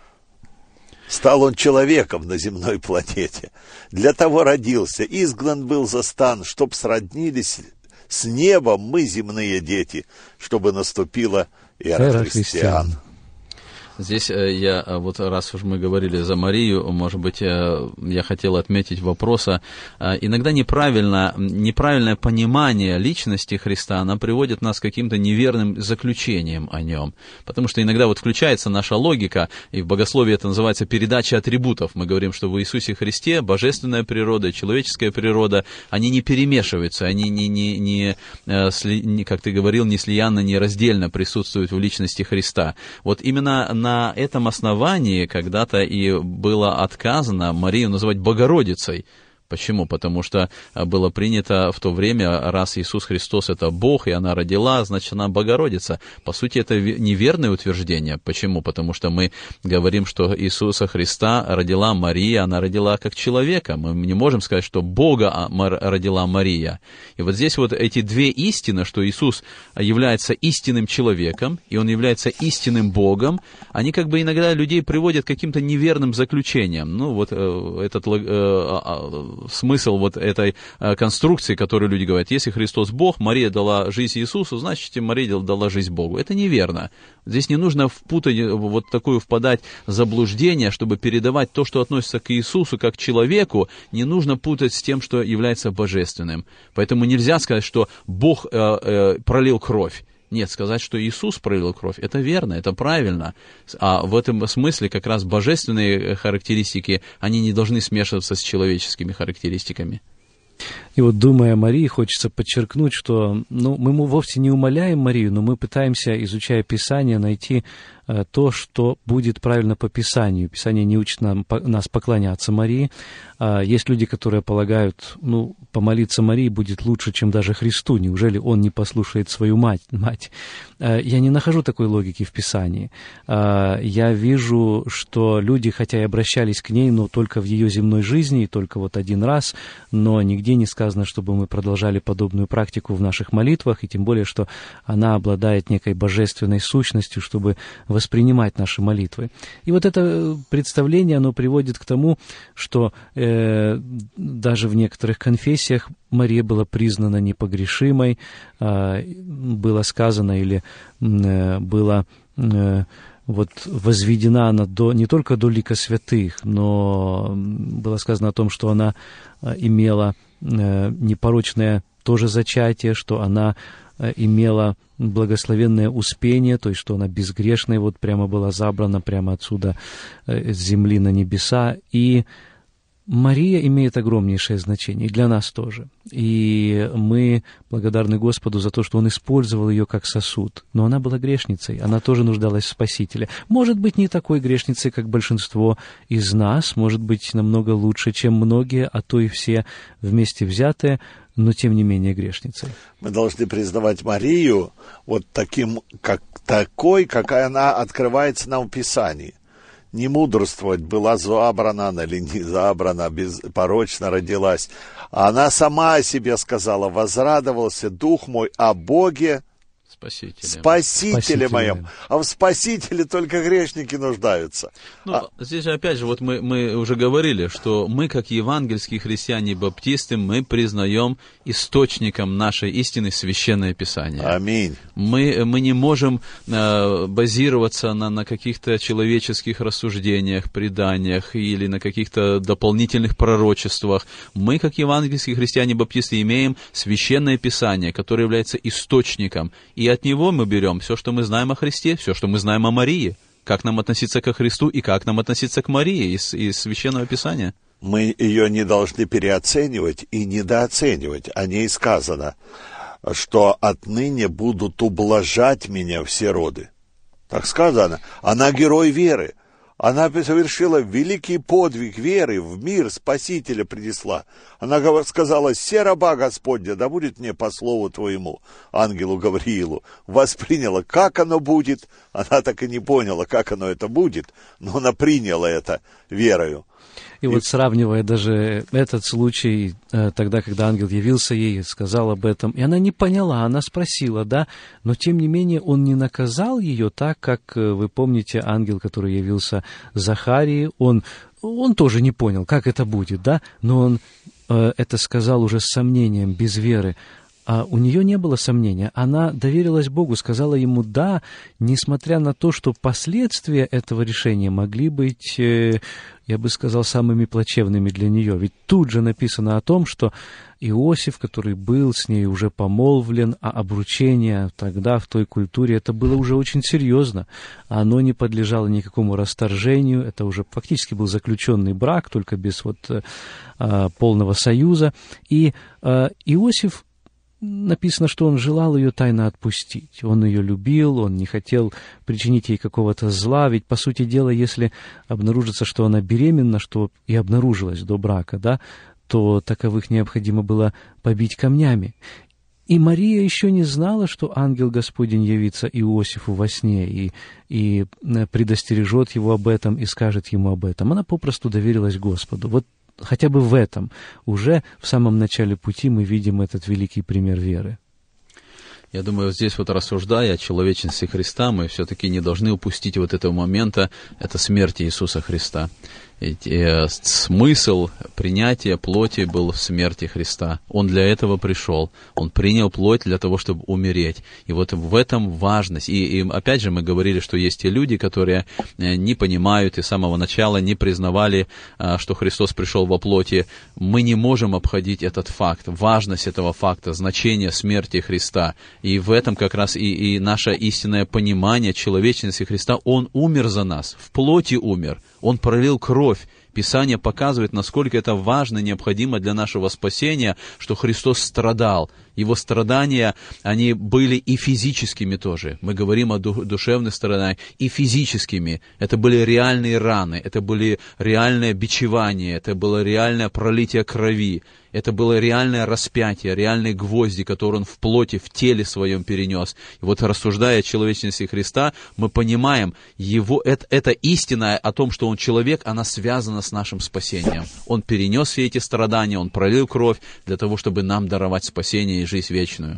Стал Он человеком на земной планете. Для того родился, изгнан был за стан, чтоб сроднились с небом мы, земные дети, чтобы наступила эра христиан. Здесь я, вот раз уж мы говорили за Марию, может быть, я хотел отметить вопрос. Иногда неправильно, неправильное понимание личности Христа, она приводит нас к каким-то неверным заключениям о Нем. Потому что иногда вот включается наша логика, и в богословии это называется передача атрибутов. Мы говорим, что в Иисусе Христе божественная природа и человеческая природа, они не перемешиваются, они не, не, не, не, как ты говорил, не слиянно, не раздельно присутствуют в личности Христа. Вот именно на этом основании когда-то и было отказано Марию называть Богородицей. Почему? Потому что было принято в то время, раз Иисус Христос это Бог, и она родила, значит, она Богородица. По сути, это неверное утверждение. Почему? Потому что мы говорим, что Иисуса Христа родила Мария, она родила как человека. Мы не можем сказать, что Бога родила Мария. И вот здесь вот эти две истины, что Иисус является истинным человеком, и Он является истинным Богом, они как бы иногда людей приводят к каким-то неверным заключениям. Ну, вот этот смысл вот этой э, конструкции, которую люди говорят, если Христос Бог, Мария дала жизнь Иисусу, значит, и Мария дала жизнь Богу. Это неверно. Здесь не нужно впутать, вот такую впадать в заблуждение, чтобы передавать то, что относится к Иисусу, как к человеку, не нужно путать с тем, что является божественным. Поэтому нельзя сказать, что Бог э, э, пролил кровь. Нет, сказать, что Иисус пролил кровь, это верно, это правильно. А в этом смысле как раз божественные характеристики, они не должны смешиваться с человеческими характеристиками. И вот, думая о Марии, хочется подчеркнуть, что ну, мы вовсе не умаляем Марию, но мы пытаемся, изучая Писание, найти э, то, что будет правильно по Писанию. Писание не учит нам, по, нас поклоняться Марии. А есть люди, которые полагают, ну, помолиться Марии будет лучше, чем даже Христу. Неужели он не послушает свою мать? мать? А, я не нахожу такой логики в Писании. А, я вижу, что люди, хотя и обращались к ней, но только в ее земной жизни, только вот один раз, но нигде не сказано, чтобы мы продолжали подобную практику в наших молитвах, и тем более, что она обладает некой божественной сущностью, чтобы воспринимать наши молитвы. И вот это представление, оно приводит к тому, что э, даже в некоторых конфессиях Мария была признана непогрешимой, э, было сказано или э, было... Э, вот возведена она до, не только до лика святых, но было сказано о том, что она имела непорочное тоже зачатие, что она имела благословенное успение, то есть что она безгрешная, вот прямо была забрана прямо отсюда с земли на небеса. И Мария имеет огромнейшее значение, и для нас тоже. И мы благодарны Господу за то, что Он использовал ее как сосуд. Но она была грешницей, она тоже нуждалась в Спасителе. Может быть, не такой грешницей, как большинство из нас, может быть, намного лучше, чем многие, а то и все вместе взятые, но тем не менее грешницей. Мы должны признавать Марию вот таким, как, такой, какая она открывается нам в Писании. Не мудрствовать, была забрана она или не забрана, беспорочно родилась. Она сама о себе сказала: возрадовался дух мой о Боге, Спасителем. Спасителе Спасителем. моем. А в Спасителе только грешники нуждаются. Ну, а... здесь же, опять же, вот мы, мы уже говорили, что мы, как евангельские христиане-баптисты, мы признаем источником нашей истины Священное Писание. Аминь. Мы, мы не можем э, базироваться на, на каких-то человеческих рассуждениях, преданиях или на каких-то дополнительных пророчествах. Мы, как евангельские христиане-баптисты, имеем Священное Писание, которое является источником. И от него мы берем все, что мы знаем о Христе, все, что мы знаем о Марии. Как нам относиться ко Христу и как нам относиться к Марии из, из Священного Писания. Мы ее не должны переоценивать и недооценивать. О ней сказано, что отныне будут ублажать меня все роды. Так сказано. Она герой веры. Она совершила великий подвиг веры, в мир Спасителя принесла. Она сказала: «Се раба Господня, да будет мне по слову твоему, ангелу Гавриилу». Восприняла, как оно будет. Она так и не поняла, как оно это будет, но она приняла это верою. И, и вот сравнивая даже этот случай, тогда, когда ангел явился ей, сказал об этом, и она не поняла, она спросила, да, но тем не менее он не наказал ее так, как, вы помните, ангел, который явился Захарии, он, он тоже не понял, как это будет, да, но он э, это сказал уже с сомнением, без веры. А у нее не было сомнения, она доверилась Богу, сказала ему «да», несмотря на то, что последствия этого решения могли быть, я бы сказал, самыми плачевными для нее. Ведь тут же написано о том, что Иосиф, который был с ней уже помолвлен, а обручение тогда в той культуре, это было уже очень серьезно, оно не подлежало никакому расторжению, это уже фактически был заключенный брак, только без вот а, полного союза. И а, Иосиф, написано, что он желал ее тайно отпустить. Он ее любил, он не хотел причинить ей какого-то зла. Ведь, по сути дела, если обнаружится, что она беременна, что и обнаружилось до брака, да, то таковых необходимо было побить камнями. И Мария еще не знала, что ангел Господень явится Иосифу во сне и, и предостережет его об этом и скажет ему об этом. Она попросту доверилась Господу. Вот хотя бы в этом уже в самом начале пути мы видим этот великий пример веры. Я думаю, здесь вот рассуждая о человечности Христа, мы все-таки не должны упустить вот этого момента, это смерть Иисуса Христа. Ведь э, смысл принятия плоти был в смерти Христа. Он для этого пришел. Он принял плоть для того, чтобы умереть. И вот в этом важность. И, и опять же мы говорили, что есть те люди, которые не понимают и с самого начала не признавали, что Христос пришел во плоти. Мы не можем обходить этот факт, важность этого факта, значение смерти Христа. И в этом как раз и, и наше истинное понимание человечности Христа. Он умер за нас, в плоти умер. Он пролил кровь. Писание показывает, насколько это важно и необходимо для нашего спасения, что Христос страдал. Его страдания, они были и физическими тоже. Мы говорим о душевных страданиях, и физическими. Это были реальные раны, это были реальное бичевание, это было реальное пролитие крови. Это было реальное распятие, реальные гвозди, которые Он в плоти, в теле своем перенес. И вот рассуждая о человечности Христа, мы понимаем, его, это, это истина о том, что Он человек, она связана с нашим спасением. Он перенес все эти страдания, Он пролил кровь для того, чтобы нам даровать спасение и жизнь вечную.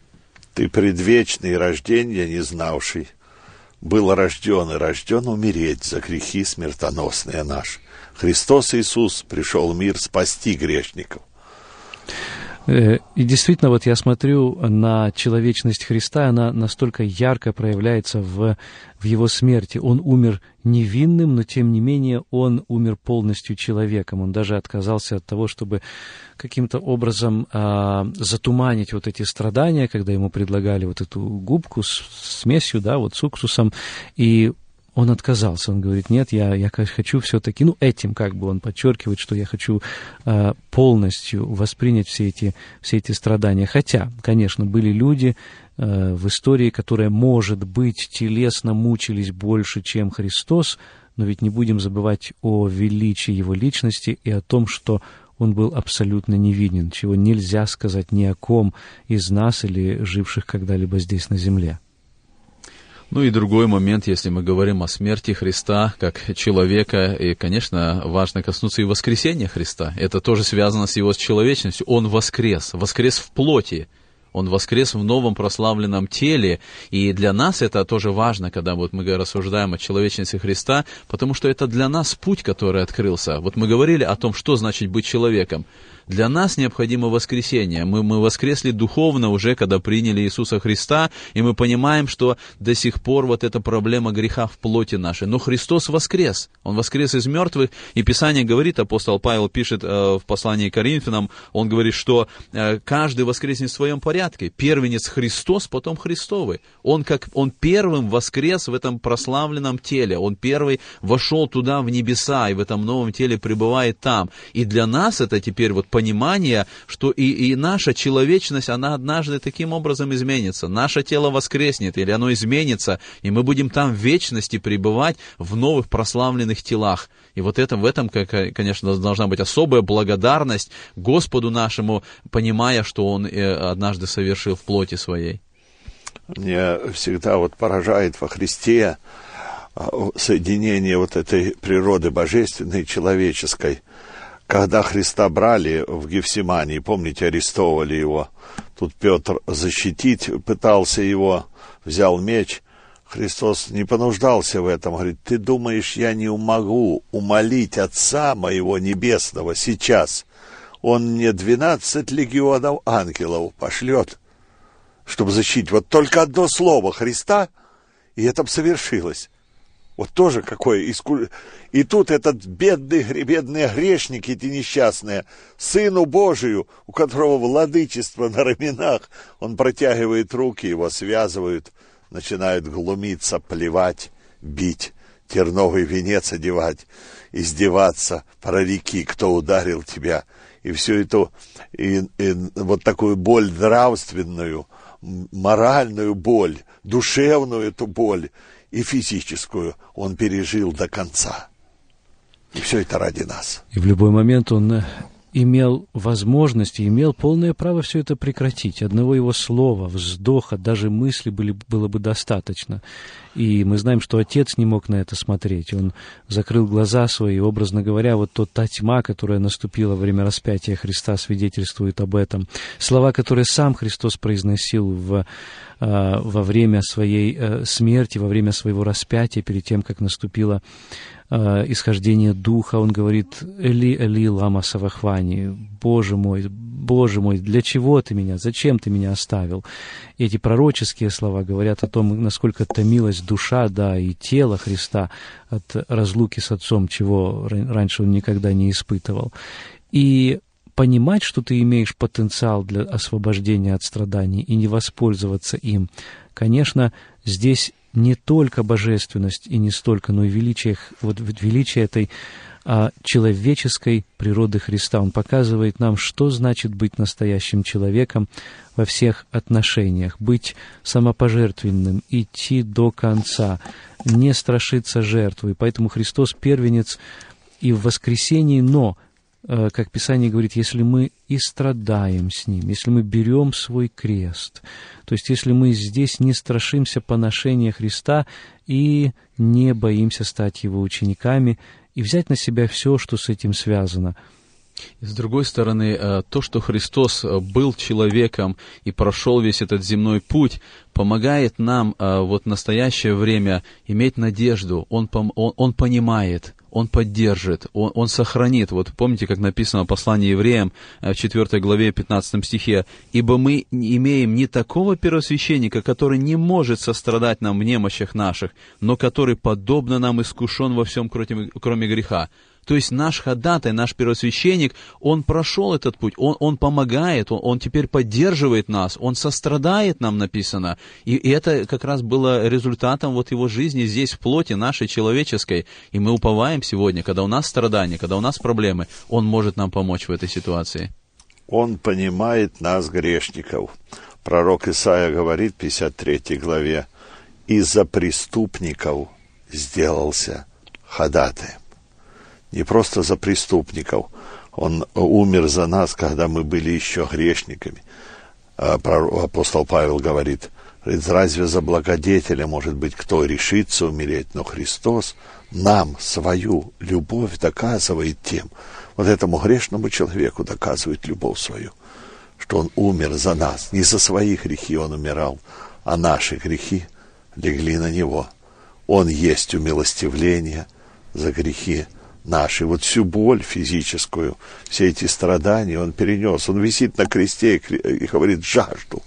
Ты предвечный, рождения не знавший, был рожден и рожден умереть за грехи смертоносные наши. Христос Иисус пришел в мир спасти грешников. И действительно, вот я смотрю на человечность Христа, она настолько ярко проявляется в, в Его смерти. Он умер невинным, но тем не менее Он умер полностью человеком. Он даже отказался от того, чтобы каким-то образом а, затуманить вот эти страдания, когда Ему предлагали вот эту губку с смесью, да, вот с уксусом, и он отказался. Он говорит, нет, я, я хочу все-таки, ну, этим как бы он подчеркивает, что я хочу э, полностью воспринять все эти, все эти страдания. Хотя, конечно, были люди э, в истории, которые, может быть, телесно мучились больше, чем Христос, но ведь не будем забывать о величии Его личности и о том, что Он был абсолютно невинен, чего нельзя сказать ни о ком из нас или живших когда-либо здесь на земле. Ну и другой момент, если мы говорим о смерти Христа как человека, и, конечно, важно коснуться и воскресения Христа. Это тоже связано с Его человечностью. Он воскрес, воскрес в плоти. Он воскрес в новом прославленном теле, и для нас это тоже важно, когда вот мы рассуждаем о человечности Христа, потому что это для нас путь, который открылся. Вот мы говорили о том, что значит быть человеком. Для нас необходимо воскресение. Мы, мы воскресли духовно уже, когда приняли Иисуса Христа, и мы понимаем, что до сих пор вот эта проблема греха в плоти нашей. Но Христос воскрес. Он воскрес из мертвых, и Писание говорит, апостол Павел пишет э, в послании к Коринфянам, он говорит, что э, каждый воскреснет в своем порядке. Первенец Христос, потом Христовый. Он, как, он первым воскрес в этом прославленном теле. Он первый вошел туда, в небеса, и в этом новом теле пребывает там. И для нас это теперь вот понимание, что и, и наша человечность, она однажды таким образом изменится. Наше тело воскреснет, или оно изменится, и мы будем там в вечности пребывать в новых прославленных телах. И вот это, в этом, конечно, должна быть особая благодарность Господу нашему, понимая, что Он однажды совершил в плоти своей. Меня всегда вот поражает во Христе соединение вот этой природы божественной и человеческой. Когда Христа брали в Гефсимании, помните, арестовывали Его, тут Петр защитить пытался Его, взял меч, Христос не понуждался в этом, говорит, ты думаешь, я не могу умолить Отца моего Небесного сейчас, Он мне двенадцать легионов ангелов пошлет, чтобы защитить. Вот только одно слово Христа, и это бы совершилось. Вот тоже какое иску... И тут этот бедный, бедные грешники, эти несчастные, Сыну Божию, у которого владычество на раменах, он протягивает руки, его связывают, начинают глумиться, плевать, бить, терновый венец одевать, издеваться, прореки, кто ударил тебя. И всю эту, и, и вот такую боль нравственную, моральную боль, душевную эту боль, и физическую он пережил до конца. И все это ради нас. И в любой момент он имел возможность и имел полное право все это прекратить. Одного его слова, вздоха, даже мысли были, было бы достаточно. И мы знаем, что Отец не мог на это смотреть. Он закрыл глаза свои, образно говоря, вот то, та тьма, которая наступила во время распятия Христа, свидетельствует об этом. Слова, которые сам Христос произносил в, во время своей смерти, во время своего распятия, перед тем, как наступило исхождение Духа, он говорит: «Эли, Эли, лама савахвани», «Боже мой, Боже мой, для чего ты меня, зачем ты меня оставил?» И эти пророческие слова говорят о том, насколько томилась душа, да, и тело Христа от разлуки с Отцом, чего раньше он никогда не испытывал. И понимать, что ты имеешь потенциал для освобождения от страданий и не воспользоваться им, конечно, здесь не только божественность и не столько, но и величие, вот величие этой а, человеческой природы Христа. Он показывает нам, что значит быть настоящим человеком во всех отношениях, быть самопожертвенным, идти до конца, не страшиться жертвы. Поэтому Христос первенец и в воскресении, но, как Писание говорит, если мы и страдаем с Ним, если мы берем свой крест, то есть если мы здесь не страшимся поношения Христа и не боимся стать Его учениками и взять на себя все, что с этим связано. С другой стороны, то, что Христос был человеком и прошел весь этот земной путь, помогает нам вот в настоящее время иметь надежду. Он, он, он понимает, Он поддержит, он, он сохранит. Вот помните, как написано в послании евреям в четвёртой главе пятнадцатом стихе: «Ибо мы имеем не такого первосвященника, который не может сострадать нам в немощах наших, но который, подобно нам, искушен во всем, кроме, кроме греха». То есть наш ходатай, наш первосвященник, он прошел этот путь, он, он помогает, он, он теперь поддерживает нас, он сострадает нам, написано. И, и это как раз было результатом вот его жизни здесь, в плоти нашей человеческой. И мы уповаем сегодня, когда у нас страдания, когда у нас проблемы, он может нам помочь в этой ситуации. Он понимает нас, грешников. Пророк Исаия говорит в пятьдесят третьей главе: «Из-за преступников сделался ходатаем». Не просто за преступников. Он умер за нас, когда мы были еще грешниками. Апостол Павел говорит: разве за благодетеля, может быть, кто решится умереть, но Христос нам свою любовь доказывает тем, вот этому грешному человеку доказывает любовь свою, что он умер за нас. Не за свои грехи он умирал, а наши грехи легли на него. Он есть умилостивление за грехи наши. Вот всю боль физическую, все эти страдания он перенес. Он висит на кресте и говорит: жажду.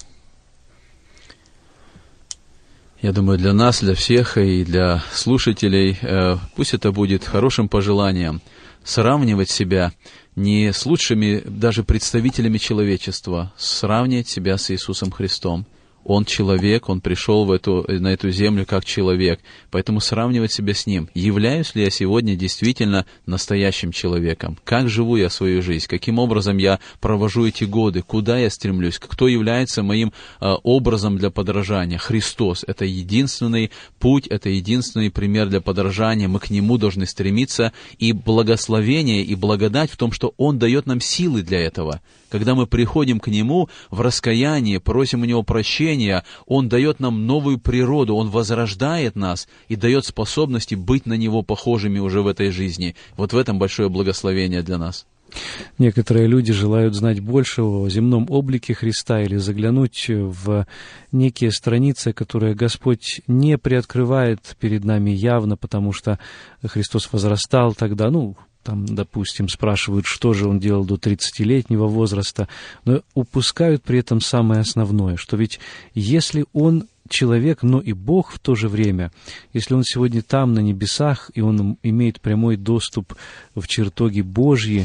Я думаю, для нас, для всех и для слушателей, э, пусть это будет хорошим пожеланием сравнивать себя не с лучшими даже представителями человечества, сравнивать себя с Иисусом Христом. Он человек, Он пришел в эту, на эту землю как человек, поэтому сравнивать себя с Ним. Являюсь ли я сегодня действительно настоящим человеком? Как живу я свою жизнь? Каким образом я провожу эти годы? Куда я стремлюсь? Кто является моим э, образом для подражания? Христос. Это единственный путь, это единственный пример для подражания. Мы к Нему должны стремиться. И благословение, и благодать в том, что Он дает нам силы для этого. Когда мы приходим к Нему в раскаянии, просим у Него прощения, Он дает нам новую природу, Он возрождает нас и дает способности быть на Него похожими уже в этой жизни. Вот в этом большое благословение для нас. Некоторые люди желают знать больше о земном облике Христа или заглянуть в некие страницы, которые Господь не приоткрывает перед нами явно, потому что Христос возрастал тогда, ну, там, допустим, спрашивают, что же он делал до тридцатилетнего возраста, но упускают при этом самое основное, что ведь если он человек, но и Бог в то же время, если он сегодня там, на небесах, и он имеет прямой доступ в чертоги Божьи,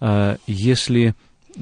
если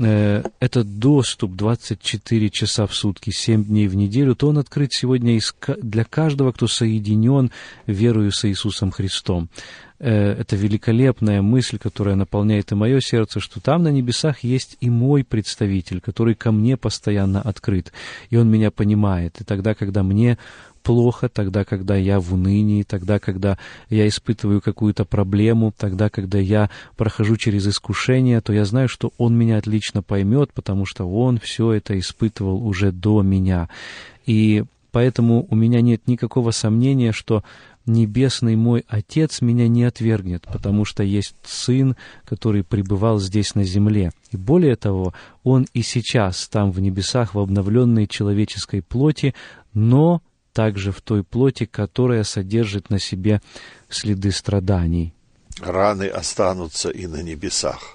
этот доступ двадцать четыре часа в сутки, семь дней в неделю, то он открыт сегодня для каждого, кто соединен верою с Иисусом Христом. Это великолепная мысль, которая наполняет и мое сердце, что там на небесах есть и мой представитель, который ко мне постоянно открыт, и он меня понимает. И тогда, когда мне плохо, тогда, когда я в унынии, тогда, когда я испытываю какую-то проблему, тогда, когда я прохожу через искушение, то я знаю, что Он меня отлично поймет, потому что Он все это испытывал уже до меня. И поэтому у меня нет никакого сомнения, что Небесный мой Отец меня не отвергнет, потому что есть Сын, который пребывал здесь на земле. И более того, Он и сейчас там в небесах в обновленной человеческой плоти, но также в той плоти, которая содержит на себе следы страданий. Раны останутся и на небесах.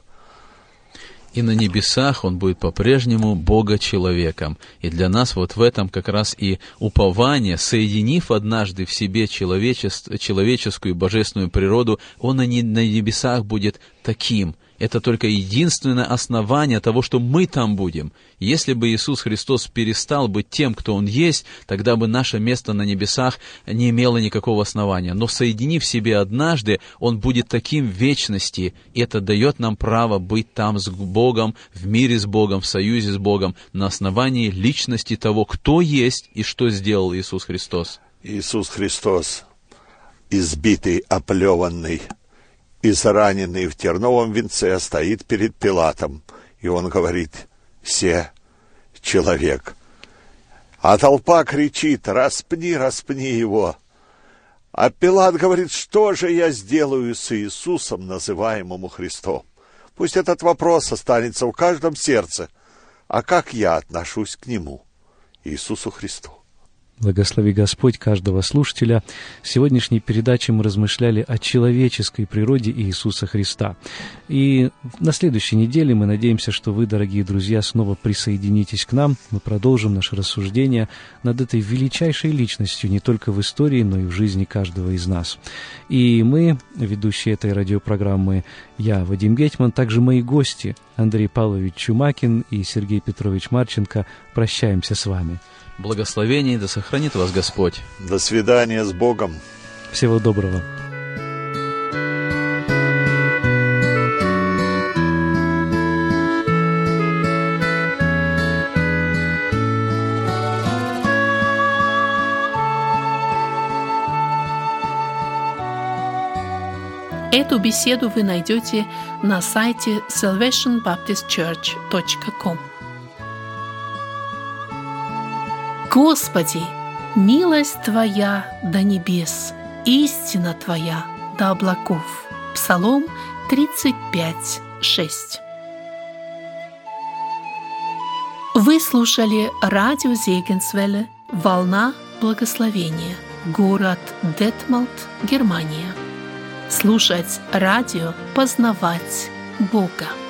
И на небесах Он будет по-прежнему Бога-человеком. И для нас вот в этом как раз и упование, соединив однажды в себе человеческую и божественную природу, Он на небесах будет таким. Это только единственное основание того, что мы там будем. Если бы Иисус Христос перестал быть тем, кто Он есть, тогда бы наше место на небесах не имело никакого основания. Но соединив в себе однажды, Он будет таким в вечности, и это дает нам право быть там с Богом, в мире с Богом, в союзе с Богом, на основании личности того, кто есть и что сделал Иисус Христос. Иисус Христос, избитый, оплеванный, израненный в терновом венце, стоит перед Пилатом, и он говорит: «Се человек». А толпа кричит: «Распни, распни его». А Пилат говорит: «Что же я сделаю с Иисусом, называемым Христом?» Пусть этот вопрос останется в каждом сердце. А как я отношусь к Нему, Иисусу Христу? Благослови Господь каждого слушателя. В сегодняшней передаче мы размышляли о человеческой природе Иисуса Христа. И на следующей неделе мы надеемся, что вы, дорогие друзья, снова присоединитесь к нам. Мы продолжим наше рассуждение над этой величайшей личностью не только в истории, но и в жизни каждого из нас. И мы, ведущие этой радиопрограммы, я, Вадим Гетман, также мои гости Андрей Павлович Чумакин и Сергей Петрович Марченко, прощаемся с вами. Благословений, да сохранит вас Господь. До свидания, с Богом. Всего доброго. Эту беседу вы найдете на сайте salvation baptist church точка com. Господи, милость Твоя до небес, истина Твоя до облаков. Псалом тридцать пять, шесть. Вы слушали радио Зегенсвелле «Волна благословения», город Детмолд, Германия. Слушать радио, познавать Бога.